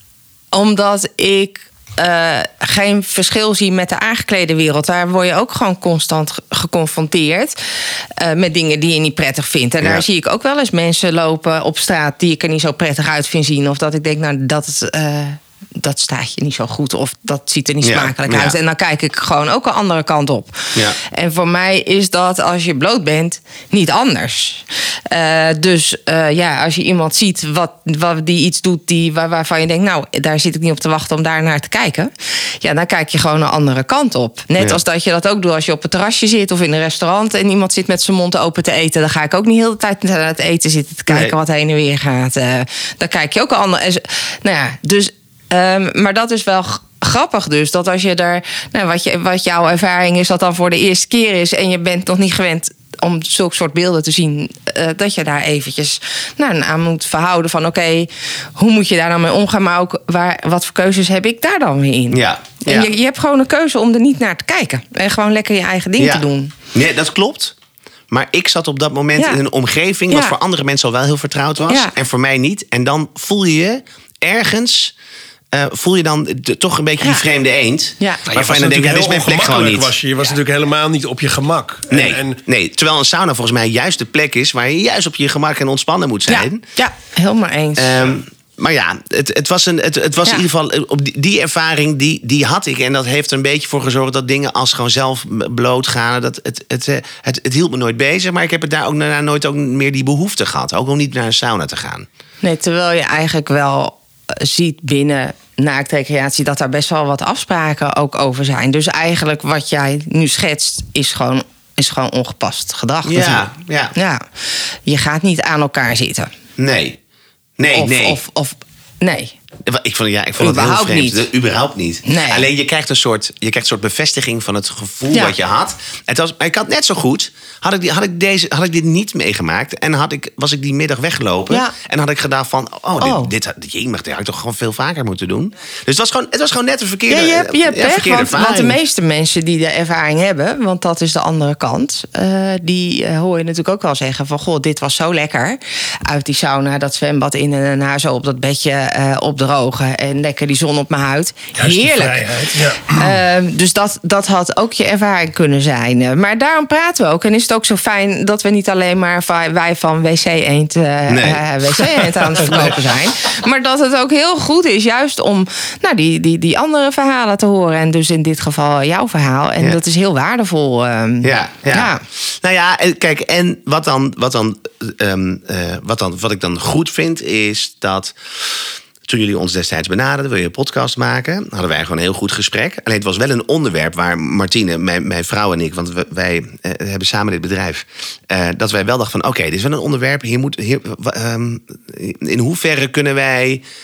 Speaker 4: omdat ik uh, geen verschil zie met de aangeklede wereld. Daar word je ook gewoon constant ge- geconfronteerd uh, met dingen die je niet prettig vindt. En
Speaker 2: Ja.
Speaker 4: daar zie ik ook wel eens mensen lopen op straat die ik er niet zo prettig uit vind zien. Of dat ik denk, nou, dat het... Uh, dat staat je niet zo goed of dat ziet er niet
Speaker 2: Ja,
Speaker 4: smakelijk
Speaker 2: ja.
Speaker 4: uit. En dan kijk ik gewoon ook een andere kant op.
Speaker 2: Ja.
Speaker 4: En voor mij is dat als je bloot bent niet anders. Uh, dus uh, ja, als je iemand ziet wat, wat die iets doet die, waar, waarvan je denkt, nou, daar zit ik niet op te wachten om daar naar te kijken. Ja, dan kijk je gewoon een andere kant op. Net
Speaker 2: Ja.
Speaker 4: als dat je dat ook doet als je op het terrasje zit of in een restaurant en iemand zit met zijn mond open te eten. Dan ga ik ook niet heel de tijd naar het eten zitten te kijken
Speaker 2: Nee.
Speaker 4: wat heen en weer gaat. Uh, dan kijk je ook een ander. en zo- Nou ja, dus. Um, maar dat is wel g- grappig dus. Dat als je daar... Nou, wat, je, wat jouw ervaring is, dat dan voor de eerste keer is... en je bent nog niet gewend om zulke soort beelden te zien... Uh, dat je daar eventjes nou, aan moet verhouden van... oké, okay, hoe moet je daar dan mee omgaan? Maar ook, waar, wat voor keuzes heb ik daar dan weer in?
Speaker 2: Ja.
Speaker 4: En
Speaker 2: Ja.
Speaker 4: je, je hebt gewoon een keuze om er niet naar te kijken. En gewoon lekker je eigen ding
Speaker 2: Ja.
Speaker 4: te doen.
Speaker 2: Nee, dat klopt. Maar ik zat op dat moment
Speaker 4: Ja.
Speaker 2: in een omgeving... wat
Speaker 4: Ja.
Speaker 2: voor andere mensen al wel heel vertrouwd was.
Speaker 4: Ja.
Speaker 2: En voor mij niet. En dan voel je je ergens... Uh, voel je dan de, toch een beetje
Speaker 4: Ja.
Speaker 2: die vreemde eend.
Speaker 4: Ja.
Speaker 1: Nou, je
Speaker 2: Waarvan
Speaker 1: was
Speaker 2: je dan denkt, ja, dit is
Speaker 1: natuurlijk
Speaker 2: mijn plek
Speaker 1: heel
Speaker 2: gewoon niet.
Speaker 1: ongemakkelijk, was je. Je was natuurlijk helemaal niet op je gemak. En-
Speaker 2: Nee,
Speaker 1: En,
Speaker 2: nee, terwijl een sauna volgens mij juist de plek is... waar je juist op je gemak en ontspannen moet
Speaker 4: Ja,
Speaker 2: zijn.
Speaker 4: ja, helemaal eens.
Speaker 2: Um, maar ja, het, het was, een, het, het was
Speaker 4: Ja.
Speaker 2: in ieder geval... Op die, die ervaring, die, die had ik. En dat heeft er een beetje voor gezorgd... dat dingen als gewoon zelf blootgaan... Dat het, het, het, het, het hield me nooit bezig. Maar ik heb het daar ook daarna nooit ook meer die behoefte gehad. Ook om niet naar een sauna te gaan.
Speaker 4: Nee, terwijl je eigenlijk wel ziet binnen naaktrecreatie dat daar best wel wat afspraken ook over zijn. Dus eigenlijk wat jij nu schetst is gewoon, is gewoon ongepast gedrag.
Speaker 2: Ja,
Speaker 4: natuurlijk.
Speaker 2: ja.
Speaker 4: ja. Je gaat niet aan elkaar zitten.
Speaker 2: Nee. Nee,
Speaker 4: of,
Speaker 2: nee.
Speaker 4: Of, of, nee.
Speaker 2: Ik vond, ja, ik vond het heel
Speaker 4: Überhaupt
Speaker 2: vreemd.
Speaker 4: niet.
Speaker 2: De- überhaupt niet.
Speaker 4: Nee.
Speaker 2: Alleen je krijgt, een soort, je krijgt een soort bevestiging van het gevoel
Speaker 4: Ja.
Speaker 2: wat je had. Het was, maar ik had net zo goed. Had ik, die- had, ik deze, had ik dit niet meegemaakt. En had ik, was ik die middag weggelopen.
Speaker 4: Ja.
Speaker 2: En had ik gedacht van... Oh, dit,
Speaker 4: Oh.
Speaker 2: dit, had- jee, maar dit had ik toch gewoon veel vaker moeten doen. Dus het was gewoon, het was gewoon net een verkeerde,
Speaker 4: Ja, je hebt, je hebt
Speaker 2: ja,
Speaker 4: pech,
Speaker 2: verkeerde
Speaker 4: want, want de
Speaker 2: ervaring.
Speaker 4: meeste mensen die de ervaring hebben, want dat is de andere kant, uh, die uh, hoor je natuurlijk ook wel zeggen van, goh, dit was zo lekker. Uit die sauna, dat zwembad in en daarna zo op dat bedje uh, opdrogen en lekker die zon op mijn huid.
Speaker 1: Juist die
Speaker 4: Heerlijk.
Speaker 1: vrijheid, ja.
Speaker 4: Uh, dus dat, dat had ook je ervaring kunnen zijn. Uh, maar daarom praten we ook. En is het ook zo fijn dat we niet alleen maar van, wij van W C Eend uh,
Speaker 2: Nee.
Speaker 4: uh, W C Eend aan het verkopen zijn. Maar dat het ook heel goed is juist om nou, die, die, die andere verhalen te horen. En dus in dit geval jouw verhaal. En
Speaker 2: Ja.
Speaker 4: dat is heel waardevol. Um,
Speaker 2: Ja, ja.
Speaker 4: ja.
Speaker 2: Nou ja, en kijk, en wat dan, wat dan, um, uh, wat dan, wat ik dan goed vind, is dat toen jullie ons destijds benaderden, wil je een podcast maken, hadden wij gewoon een heel goed gesprek. Alleen het was wel een onderwerp waar Martine, mijn, mijn vrouw en ik, want we, wij uh, hebben samen dit bedrijf, uh, dat wij wel dachten van, oké, okay, dit is wel een onderwerp. Hier moet, hier, um, in hoeverre kunnen wij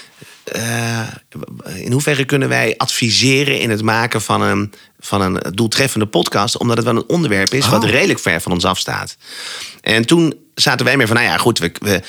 Speaker 2: Uh, in hoeverre kunnen wij adviseren in het maken van een, van een doeltreffende podcast? Omdat het wel een onderwerp is oh. wat redelijk ver van ons afstaat. En toen zaten wij meer van, nou ja, goed, we, we,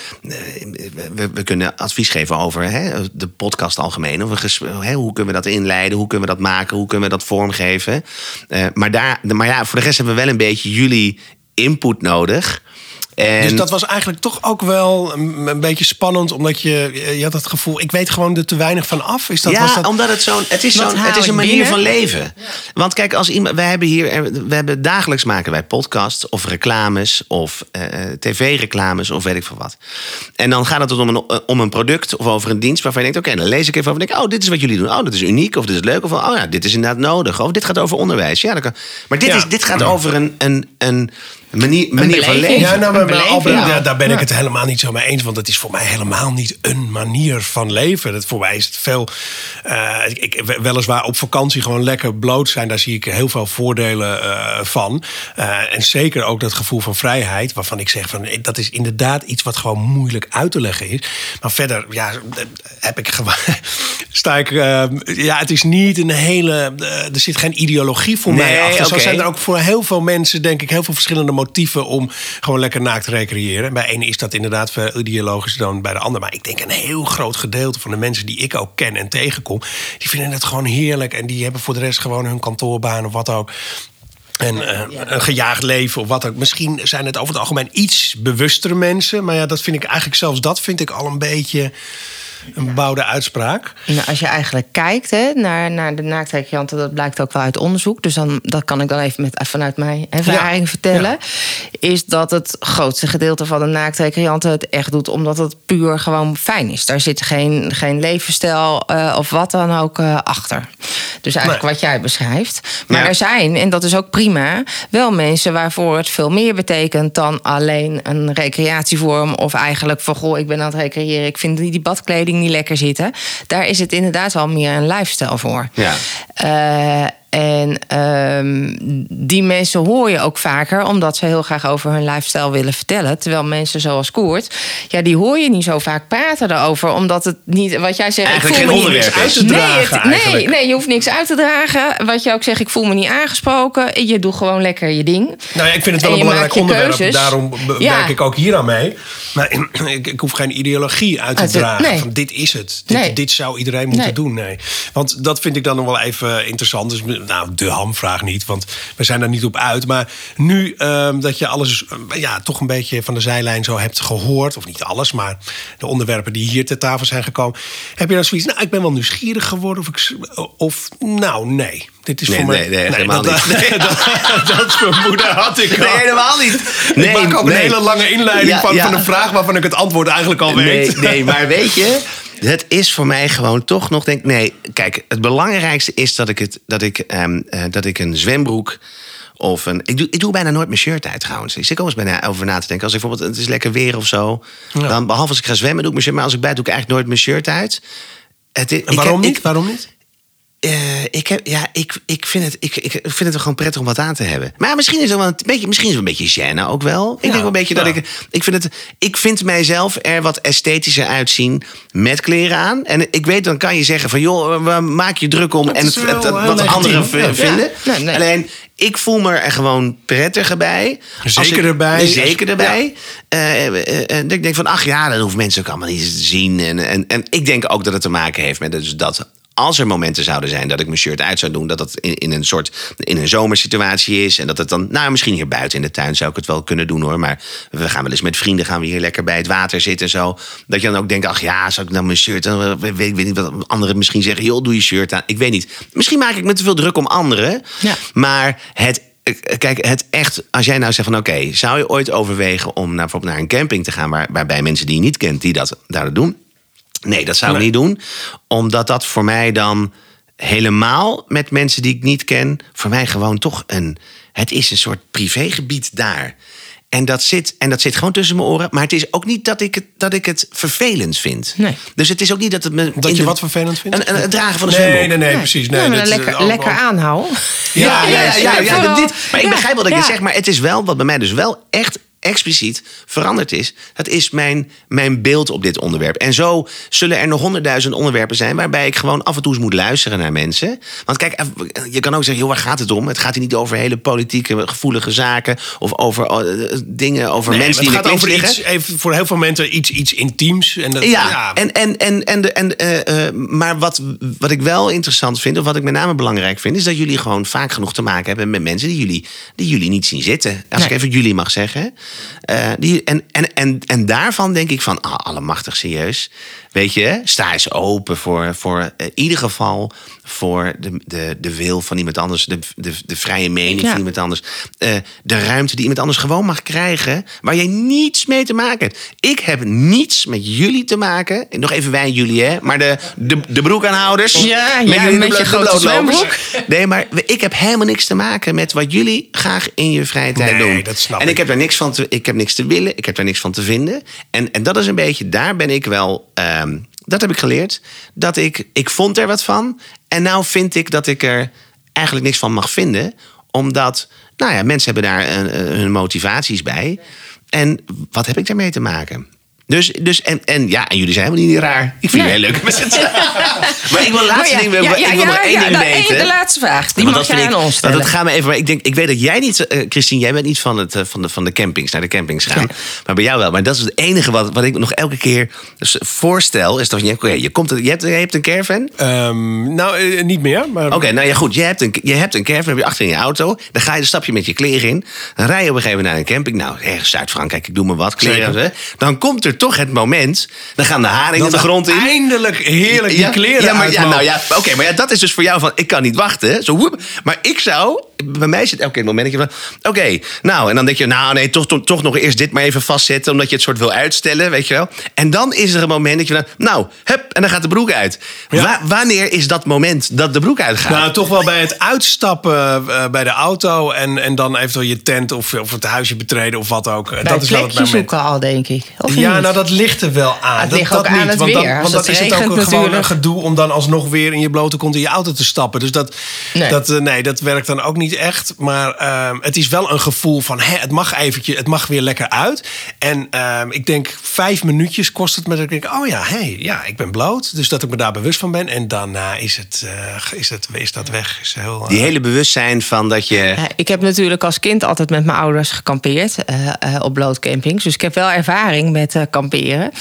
Speaker 2: we, we kunnen advies geven over hè, de podcast algemeen. Of we, hè, hoe kunnen we dat inleiden? Hoe kunnen we dat maken? Hoe kunnen we dat vormgeven? Uh, maar, daar, maar ja, voor de rest hebben we wel een beetje jullie input nodig. En
Speaker 1: dus dat was eigenlijk toch ook wel een, een beetje spannend, omdat je, je had het gevoel, ik weet gewoon er te weinig van af. Is dat,
Speaker 2: ja,
Speaker 1: was dat...
Speaker 2: omdat het zo'n, het is zo'n, het is een manier binnen? van leven. Ja. Want kijk, als iemand, wij hebben hier, we hebben dagelijks maken wij podcasts of reclames of uh, tv-reclames of weet ik veel wat. En dan gaat het om een, om een product of over een dienst waarvan je denkt, oké, okay, dan lees ik even over en denk, oh, dit is wat jullie doen. Oh, dat is uniek of dit is leuk of oh ja, dit is inderdaad nodig. Of dit gaat over onderwijs. Ja, dat kan. Maar dit ja. is, dit gaat ja. over een, een, een Manier, manier van leven.
Speaker 1: Ja, nou, maar, maar Albert, ja. daar ben ik ja. het helemaal niet zo mee eens. Want het is voor mij helemaal niet een manier van leven. Dat, voor mij is het veel... Uh, ik, weliswaar op vakantie gewoon lekker bloot zijn. Daar zie ik heel veel voordelen uh, van. Uh, en zeker ook dat gevoel van vrijheid. Waarvan ik zeg, van, dat is inderdaad iets wat gewoon moeilijk uit te leggen is. Maar verder, ja, heb ik gewoon... sta ik... Uh, ja, het is niet een hele... Uh, er zit geen ideologie voor
Speaker 2: nee,
Speaker 1: mij achter. Zo
Speaker 2: okay.
Speaker 1: zijn er ook voor heel veel mensen, denk ik, heel veel verschillende motieven om gewoon lekker naakt te recreëren. Bij ene is dat inderdaad veel ideologischer dan bij de ander. Maar ik denk een heel groot gedeelte van de mensen die ik ook ken en tegenkom, die vinden het gewoon heerlijk. En die hebben voor de rest gewoon hun kantoorbaan of wat ook. En uh, een gejaagd leven of wat ook. Misschien zijn het over het algemeen iets bewustere mensen. Maar ja, dat vind ik eigenlijk zelfs dat vind ik al een beetje een bebouwde uitspraak.
Speaker 4: Nou, als je eigenlijk kijkt hè, naar, naar de naaktrecreanten, dat blijkt ook wel uit onderzoek. Dus dan, dat kan ik dan even met, vanuit mijn ervaring ja. vertellen. Ja. Is dat het grootste gedeelte van de naaktrecreanten het echt doet omdat het puur gewoon fijn is. Daar zit geen, geen levensstijl uh, of wat dan ook uh, achter. Dus eigenlijk nee. wat jij beschrijft. Maar ja. er zijn, en dat is ook prima, wel mensen waarvoor het veel meer betekent dan alleen een recreatievorm. Of eigenlijk van, goh, ik ben aan het recreëren, ik vind die badkleding niet lekker zitten. Daar is het inderdaad wel meer een lifestyle voor.
Speaker 2: Ja.
Speaker 4: Uh, En um, die mensen hoor je ook vaker, omdat ze heel graag over hun lifestyle willen vertellen. Terwijl mensen zoals Koert, ja, die hoor je niet zo vaak praten daarover, omdat het niet, wat jij zegt,
Speaker 2: eigenlijk
Speaker 4: ik
Speaker 2: voel
Speaker 4: geen
Speaker 2: me
Speaker 4: onderwerp
Speaker 2: niet
Speaker 1: uit te dragen.
Speaker 4: Nee, het, nee, nee, je hoeft niks uit te dragen. Wat je ook zegt, ik voel me niet aangesproken. Je doet gewoon lekker je ding.
Speaker 1: Nou ja, ik vind het wel een belangrijk onderwerp. Keuzes. Daarom werk ja. ik ook hier aan mee. Maar ik, ik hoef geen ideologie uit te uit de, dragen. Nee. Van, dit is het. Dit, nee. dit zou iedereen moeten nee. doen. Nee. Want dat vind ik dan nog wel even interessant. Dus nou, de hamvraag niet, want we zijn daar niet op uit. Maar nu um, dat je alles uh, ja, toch een beetje van de zijlijn zo hebt gehoord, of niet alles, maar de onderwerpen die hier ter tafel zijn gekomen, heb je dan zoiets, nou, ik ben wel nieuwsgierig geworden, of, ik, of nou, nee. Dit is
Speaker 2: nee,
Speaker 1: voor mij...
Speaker 2: Nee, nee, nee helemaal
Speaker 1: dat,
Speaker 2: niet.
Speaker 1: Nee, dat, dat vermoeden had ik al.
Speaker 2: Nee, helemaal niet.
Speaker 1: Nee, ik maak ook nee. een hele lange inleiding ja, van, ja. van een vraag waarvan ik het antwoord eigenlijk al weet.
Speaker 2: Nee, nee, maar weet je, het is voor mij gewoon toch nog, denk nee, kijk, het belangrijkste is dat ik, het, dat ik, um, uh, dat ik een zwembroek of een... Ik doe, ik doe bijna nooit mijn shirt uit trouwens. Ik zit ook eens bijna over na te denken. Als ik bijvoorbeeld, het is lekker weer of zo. Ja. Dan, behalve als ik ga zwemmen, doe ik mijn shirt. Maar als ik bij doe ik eigenlijk nooit mijn shirt uit. Het,
Speaker 1: en waarom
Speaker 2: heb,
Speaker 1: niet?
Speaker 2: Ik,
Speaker 1: waarom niet?
Speaker 2: Uh, ik, heb, ja, ik, ik, vind het, ik, ik vind het gewoon prettig om wat aan te hebben. Maar misschien is het wel een beetje, misschien is het een beetje gêne ook wel. Ik ja, denk wel een beetje ja. dat ik... Ik vind, het, ik vind mijzelf er wat esthetischer uitzien met kleren aan. En ik weet, dan kan je zeggen van, joh, maak je druk om. Dat en het, het, het, wat anderen v- vinden. Ja. Nee, nee. Alleen, ik voel me er gewoon prettiger bij.
Speaker 1: Zeker
Speaker 2: ik,
Speaker 1: erbij.
Speaker 2: Zeker erbij. Ja. Uh, uh, uh, ik denk van, ach ja, dat hoeft mensen ook allemaal niet te zien. En, en, en ik denk ook dat het te maken heeft met dus dat... Als er momenten zouden zijn dat ik mijn shirt uit zou doen, dat dat in, in een soort in een zomersituatie is. En dat het dan, nou, misschien hier buiten in de tuin zou ik het wel kunnen doen hoor. Maar we gaan wel eens met vrienden, gaan we hier lekker bij het water zitten en zo. Dat je dan ook denkt, ach ja, zou ik nou mijn shirt aan? Weet, weet niet wat anderen misschien zeggen, joh, doe je shirt aan. Ik weet niet. Misschien maak ik me te veel druk om anderen. Ja. Maar het Kijk, het echt, als jij nou zegt van oké, okay, zou je ooit overwegen om naar, bijvoorbeeld naar een camping te gaan waar, waarbij mensen die je niet kent, die dat daar doen? Nee, dat zou ik nee. niet doen. Omdat dat voor mij dan helemaal met mensen die ik niet ken, voor mij gewoon toch een... Het is een soort privégebied daar. En dat zit, en dat zit gewoon tussen mijn oren. Maar het is ook niet dat ik het, dat ik het vervelend vind. Nee. Dus het is ook niet dat het me...
Speaker 1: Dat je de, wat vervelend vindt?
Speaker 2: Een, een, het dragen van een
Speaker 1: nee,
Speaker 2: zwembroek.
Speaker 1: Nee, nee, nee, precies. Nee,
Speaker 4: ja, dat lekker, allemaal... lekker aanhouden.
Speaker 2: Ja, ja, ja. ja, ja, ja, ja dit, maar ik
Speaker 4: ja,
Speaker 2: begrijp wat ik
Speaker 4: ja.
Speaker 2: zeg. Maar het is wel, wat bij mij dus wel echt expliciet veranderd is. Dat is mijn, mijn beeld op dit onderwerp. En zo zullen er nog honderdduizend onderwerpen zijn waarbij ik gewoon af en toe eens moet luisteren naar mensen. Want kijk, je kan ook zeggen, joh, waar gaat het om? Het gaat hier niet over hele politieke, gevoelige zaken of over uh, dingen, over
Speaker 1: nee,
Speaker 2: mensen die
Speaker 1: het
Speaker 2: in de
Speaker 1: gaat over
Speaker 2: liggen.
Speaker 1: iets, even voor heel veel mensen iets, iets intiems. En dat,
Speaker 2: ja,
Speaker 1: ja,
Speaker 2: en, en, en, en, en uh, uh, maar wat, wat ik wel interessant vind, of wat ik met name belangrijk vind, is dat jullie gewoon vaak genoeg te maken hebben met mensen die jullie, die jullie niet zien zitten. Als nee. ik even jullie mag zeggen. Uh, die, en, en, en, en daarvan denk ik van, oh, allemachtig serieus. Weet je, sta eens open voor, voor in ieder geval voor de, de, de wil van iemand anders, de, de, de vrije mening ja. van iemand anders. Uh, de ruimte die iemand anders gewoon mag krijgen, waar jij niets mee te maken hebt. Ik heb niets met jullie te maken. Nog even wij jullie, hè? Maar de, de, de broekaanhouders.
Speaker 4: Ja,
Speaker 2: met,
Speaker 4: ja,
Speaker 2: jullie,
Speaker 4: met
Speaker 2: de,
Speaker 4: je
Speaker 2: de
Speaker 4: grote zwembroek.
Speaker 2: Nee, maar ik heb helemaal niks te maken met wat jullie graag in je vrije tijd
Speaker 1: nee,
Speaker 2: doen.
Speaker 1: Dat snap
Speaker 2: en ik heb daar niks van te, ik heb niks te willen, ik heb daar niks van te vinden. En, en dat is een beetje, daar ben ik wel. Um, Dat heb ik geleerd. Dat ik, ik vond er wat van. En nou vind ik dat ik er eigenlijk niks van mag vinden. Omdat, nou ja, mensen hebben daar een, hun motivaties bij. En wat heb ik daarmee te maken? Dus, dus en, en ja, en jullie zijn helemaal niet raar. Ik vind nee. jullie heel leuk. Maar ik wil laatste
Speaker 4: ja,
Speaker 2: ding,
Speaker 4: ja, ja,
Speaker 2: ik wil
Speaker 4: ja,
Speaker 2: nog één
Speaker 4: ja,
Speaker 2: ding
Speaker 4: nou,
Speaker 2: weten.
Speaker 4: Één, de laatste vraag, die
Speaker 2: want
Speaker 4: mag jij aan ons stellen.
Speaker 2: Dat gaan we even, maar ik, denk, ik weet dat jij niet, uh, Christine, jij bent niet van, het, uh, van, de, van de campings, naar de campings gaan. Ja. Maar bij jou wel. Maar dat is het enige wat, wat ik nog elke keer dus voorstel. Is dat je, okay, je, komt, je, hebt, je hebt een caravan?
Speaker 1: Um, nou, uh, niet meer. Maar...
Speaker 2: Oké, okay, nou ja goed. Je hebt, een, je hebt een caravan, heb je achter in je auto. Dan ga je een stapje met je kleren in. Dan rij je op een gegeven moment naar een camping. Nou, ergens Zuid-Frankrijk, ik doe maar wat. Kleren. Dan komt er toch het moment. Dan gaan de haringen de grond in.
Speaker 1: Eindelijk heerlijk die
Speaker 2: ja,
Speaker 1: kleren
Speaker 2: ja, maar,
Speaker 1: uit.
Speaker 2: Ja, nou ja, oké, okay, maar ja, dat is dus voor jou van, ik kan niet wachten. Zo, woep. Maar ik zou, bij mij zit elke keer een momentje van, oké, okay, nou, en dan denk je, nou nee, toch, toch, toch nog eerst dit maar even vastzetten, omdat je het soort wil uitstellen, weet je wel. En dan is er een moment dat je dan, nou, hup, en dan gaat de broek uit. Ja. Wa- wanneer is dat moment dat de broek uitgaat?
Speaker 1: Nou, toch wel bij het uitstappen uh, bij de auto en, en dan eventueel je tent of, of het huisje betreden of wat ook.
Speaker 4: Bij
Speaker 1: dat is wel het moment.
Speaker 4: zoeken al, denk ik. Of
Speaker 1: ja,
Speaker 4: niet?
Speaker 1: nou, dat ligt er wel aan.
Speaker 4: Het
Speaker 1: dat,
Speaker 4: ligt
Speaker 1: dat
Speaker 4: ook
Speaker 1: niet,
Speaker 4: aan het
Speaker 1: want
Speaker 4: weer.
Speaker 1: dan,
Speaker 4: Want
Speaker 1: want dan is het ook
Speaker 4: regent,
Speaker 1: gewoon een gedoe om dan alsnog weer in je blote kont in je auto te stappen. Dus dat,
Speaker 4: nee.
Speaker 1: dat, uh, nee, dat werkt dan ook niet echt. Maar uh, het is wel een gevoel van, hè, het mag eventjes, het mag weer lekker uit. En uh, ik denk vijf minuutjes kost het me dat ik denk, oh ja, hey, ja, ik ben bloot. Dus dat ik me daar bewust van ben. En daarna is, het, uh, is, het, is dat weg. Is heel, uh...
Speaker 2: Die hele bewustzijn van dat je...
Speaker 4: Ja, ik heb natuurlijk als kind altijd met mijn ouders gekampeerd. Uh, uh, op blootcampings. Dus ik heb wel ervaring met uh, kamperen.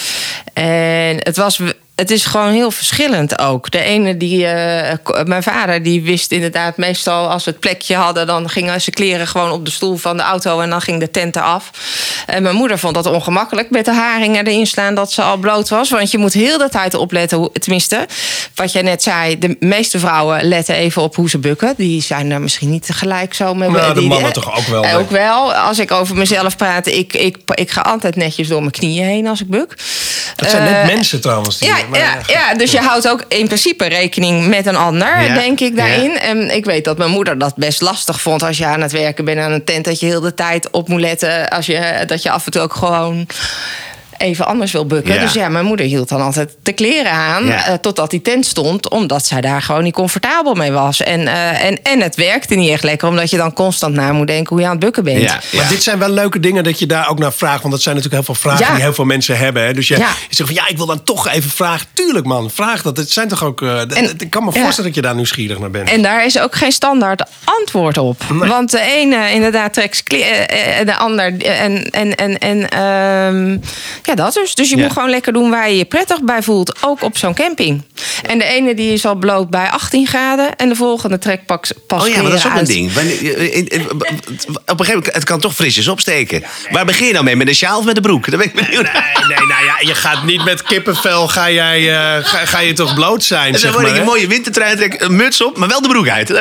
Speaker 4: En het was... Het is gewoon heel verschillend ook. De ene die... Uh, mijn vader die wist inderdaad meestal als we het plekje hadden... dan gingen ze kleren gewoon op de stoel van de auto... en dan ging de tent eraf. En mijn moeder vond dat ongemakkelijk met de haringen erin slaan... dat ze al bloot was. Want je moet heel de tijd opletten. Hoe, tenminste, wat jij net zei... de meeste vrouwen letten even op hoe ze bukken. Die zijn er misschien niet tegelijk zo mee.
Speaker 1: Nou, de
Speaker 4: die,
Speaker 1: mannen toch ook wel.
Speaker 4: Ook wel. Als ik over mezelf praat... ik, ik, ik ga altijd netjes door mijn knieën heen als ik buk.
Speaker 1: Dat zijn
Speaker 4: uh,
Speaker 1: net mensen trouwens. Die
Speaker 4: ja, maar, ja, ja, dus je houdt ook in principe rekening met een ander, ja, denk ik, daarin. Ja. En ik weet dat mijn moeder dat best lastig vond als je aan het werken bent aan een tent, dat je heel de tijd op moet letten. Als je, dat je af en toe ook gewoon even anders wil bukken. Ja. Dus ja, mijn moeder hield dan altijd de kleren aan ja. uh, totdat die tent stond, omdat zij daar gewoon niet comfortabel mee was. En, uh, en, en het werkte niet echt lekker, omdat je dan constant na moet denken hoe je aan het bukken bent.
Speaker 2: Ja, ja.
Speaker 1: Maar dit zijn wel leuke dingen dat je daar ook naar vraagt, want dat zijn natuurlijk heel veel vragen ja. die heel veel mensen hebben. Hè? Dus je, ja. je zegt van ja, ik wil dan toch even vragen. Tuurlijk man, vraag dat. Het zijn toch ook. Uh, en, ik kan me voorstellen ja. dat je daar nieuwsgierig naar bent.
Speaker 4: En daar is ook geen standaard antwoord op. Nee. Want de ene inderdaad trekt kleren, de ander en en en en um, ja, dat dus. Dus je ja. moet gewoon lekker doen waar je je prettig bij voelt. Ook op zo'n camping. En de ene die is al bloot bij achttien graden. En de volgende trekt pas kleren uit.
Speaker 2: Oh ja, maar dat is ook uit. een ding. Op een gegeven moment, het kan toch frisjes opsteken. Ja, nee. Waar begin je nou mee? Met een sjaal of met de broek? Dat ben ik benieuwd.
Speaker 1: Nee, nee, nou ja, je gaat niet met kippenvel, ga, jij, uh, ga, ga je toch bloot zijn,
Speaker 2: en
Speaker 1: zeg
Speaker 2: dan
Speaker 1: maar.
Speaker 2: word ik een mooie wintertrui, trek een muts op, maar wel de broek uit.
Speaker 4: Nou,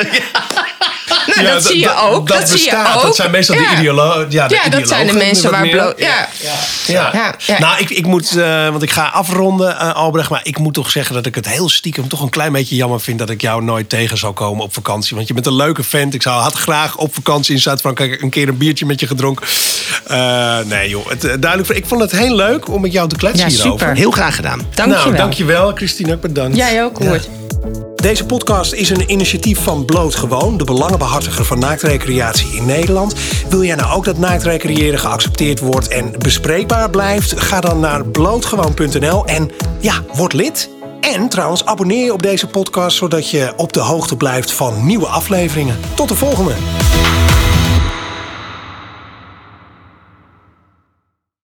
Speaker 4: ja, dat zie je ook. Dat, dat zie je ook.
Speaker 1: Dat zijn meestal ja. de ideologen. Ja, de
Speaker 4: ja dat zijn de mensen waar bloot... Ja.
Speaker 1: Ja. Ja. Ja. Ja. Nou, ik, ik moet... Uh, want ik ga afronden, uh, Albrecht. Maar ik moet toch zeggen dat ik het heel stiekem toch een klein beetje jammer vind dat ik jou nooit tegen zal komen op vakantie. Want je bent een leuke vent. Ik zou, had graag op vakantie in Zuid-Frankrijk een keer een biertje met je gedronken. Uh, nee joh, het, uh, duidelijk. Ik vond het heel leuk om met jou te kletsen
Speaker 4: ja,
Speaker 1: hierover.
Speaker 4: Super.
Speaker 2: Heel graag gedaan.
Speaker 4: Dank je wel.
Speaker 1: Nou, dankjewel Christine, ook bedankt.
Speaker 4: Jij ook, Koert. Ja.
Speaker 1: Deze podcast is een initiatief van Bloot Gewoon, de belangenbehartiger van naaktrecreatie in Nederland. Wil jij nou ook dat naaktrecreëren geaccepteerd wordt en bespreekbaar blijft? Ga dan naar blootgewoon punt n l en ja, word lid. En trouwens, abonneer je op deze podcast zodat je op de hoogte blijft van nieuwe afleveringen. Tot de volgende!